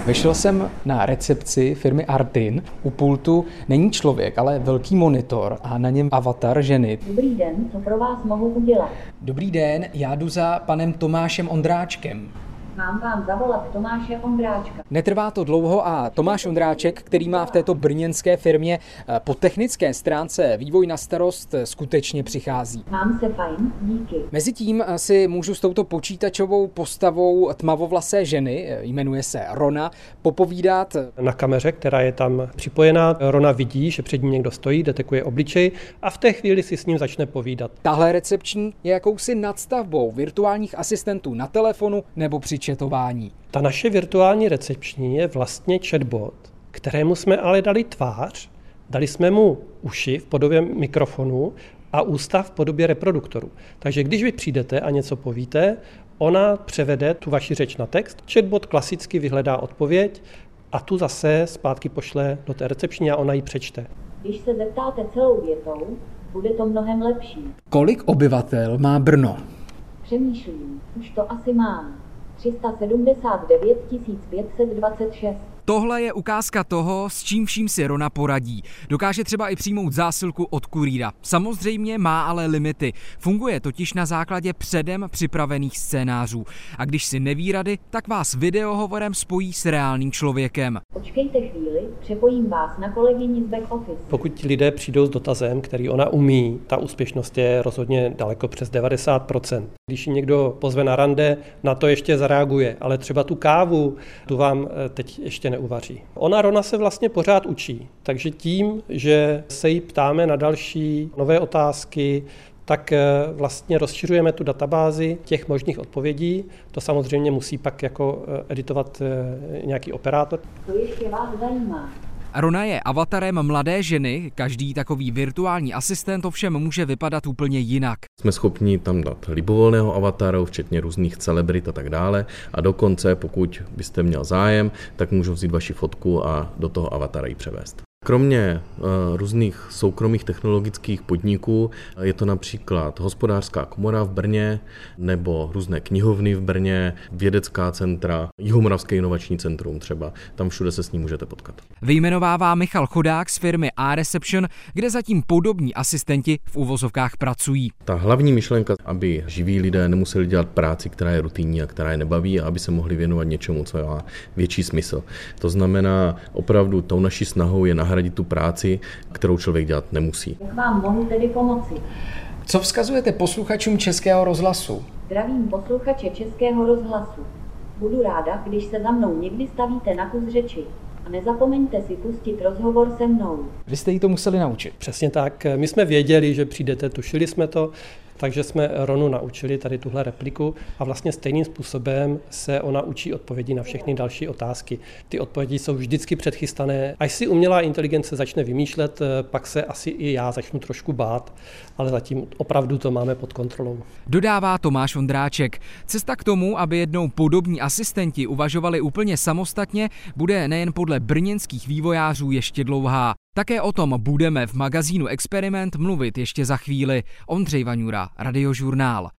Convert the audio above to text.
Vešel jsem na recepci firmy Artin. U pultu není člověk, ale velký monitor a na něm avatar ženy. Dobrý den, co pro vás mohu udělat? Dobrý den, já jdu za panem Tomášem Ondráčkem. Mám vám zavolat Tomáše Ondráčka. Netrvá to dlouho a Tomáš Ondráček, který má v této brněnské firmě po technické stránce vývoj na starost, skutečně přichází. Mám se fajn, díky. Mezitím si můžu s touto počítačovou postavou tmavovlasé ženy, jmenuje se Rona, popovídat. Na kameře, která je tam připojená, Rona vidí, že před ní někdo stojí, detekuje obličej a v té chvíli si s ním začne povídat. Tahle recepční je jakousi nadstavbou virtuálních asistentů na telefonu nebo při chatování. Ta naše virtuální recepční je vlastně chatbot, kterému jsme ale dali tvář, dali jsme mu uši v podobě mikrofonu a ústa v podobě reproduktoru. Takže když vy přijdete a něco povíte, ona převede tu vaši řeč na text, chatbot klasicky vyhledá odpověď a tu zase zpátky pošle do té recepční a ona ji přečte. Když se zeptáte celou větou, bude to mnohem lepší. Kolik obyvatel má Brno? Přemýšlím, už to asi mám. 379 526. Tohle je ukázka toho, s čím vším si Rona poradí. Dokáže třeba i přijmout zásilku od kurýra. Samozřejmě má ale limity. Funguje totiž na základě předem připravených scénářů. A když si neví rady, tak vás videohovorem spojí s reálným člověkem. Počkejte chvíli, přepojím vás na kolegyni z back office. Pokud lidé přijdou s dotazem, který ona umí, ta úspěšnost je rozhodně daleko přes 90%. Když ji někdo pozve na rande, na to ještě zareaguje, ale třeba tu kávu, tu vám teď ještě neuvaří. Rona se vlastně pořád učí, takže tím, že se jí ptáme na další nové otázky, tak vlastně rozšiřujeme tu databázi těch možných odpovědí. To samozřejmě musí pak jako editovat nějaký operátor. To ještě vás zajímá. Rona je avatarem mladé ženy, každý takový virtuální asistent ovšem může vypadat úplně jinak. Jsme schopni tam dát libovolného avataru, včetně různých celebrit a tak dále. A dokonce, pokud byste měl zájem, tak můžu vzít vaši fotku a do toho avatara ji převést. Kromě různých soukromých technologických podniků je to například Hospodářská komora v Brně nebo různé knihovny v Brně, vědecká centra, Jihomoravské inovační centrum třeba. Tam všude se s ním můžete potkat. Vyjmenovává Michal Chodák z firmy A-Reception, kde zatím podobní asistenti v uvozovkách pracují. Ta hlavní myšlenka, aby živí lidé nemuseli dělat práci, která je rutinní a která je nebaví, a aby se mohli věnovat něčemu, co má větší smysl. To znamená, opravdu tou naší snahou je nahradit tu práci, kterou člověk dělat nemusí. Jak vám mohu tedy pomoci? Co vzkazujete posluchačům Českého rozhlasu? Zdravím posluchače Českého rozhlasu. Budu ráda, když se za mnou někdy stavíte na kus řeči. A nezapomeňte si pustit rozhovor se mnou. Vy jste jí to museli naučit. Přesně tak. My jsme věděli, že přijdete, tušili jsme to, takže jsme Ronu naučili tady tuhle repliku a vlastně stejným způsobem se ona učí odpovědi na všechny další otázky. Ty odpovědi jsou vždycky předchystané. Až si umělá inteligence začne vymýšlet, pak se asi i já začnu trošku bát, ale zatím opravdu to máme pod kontrolou. Dodává Tomáš Ondráček. Cesta k tomu, aby jednou podobní asistenti uvažovali úplně samostatně, bude nejen podle brněnských vývojářů ještě dlouhá. Také o tom budeme v magazínu Experiment mluvit ještě za chvíli. Ondřej Vaňura, Radiožurnál.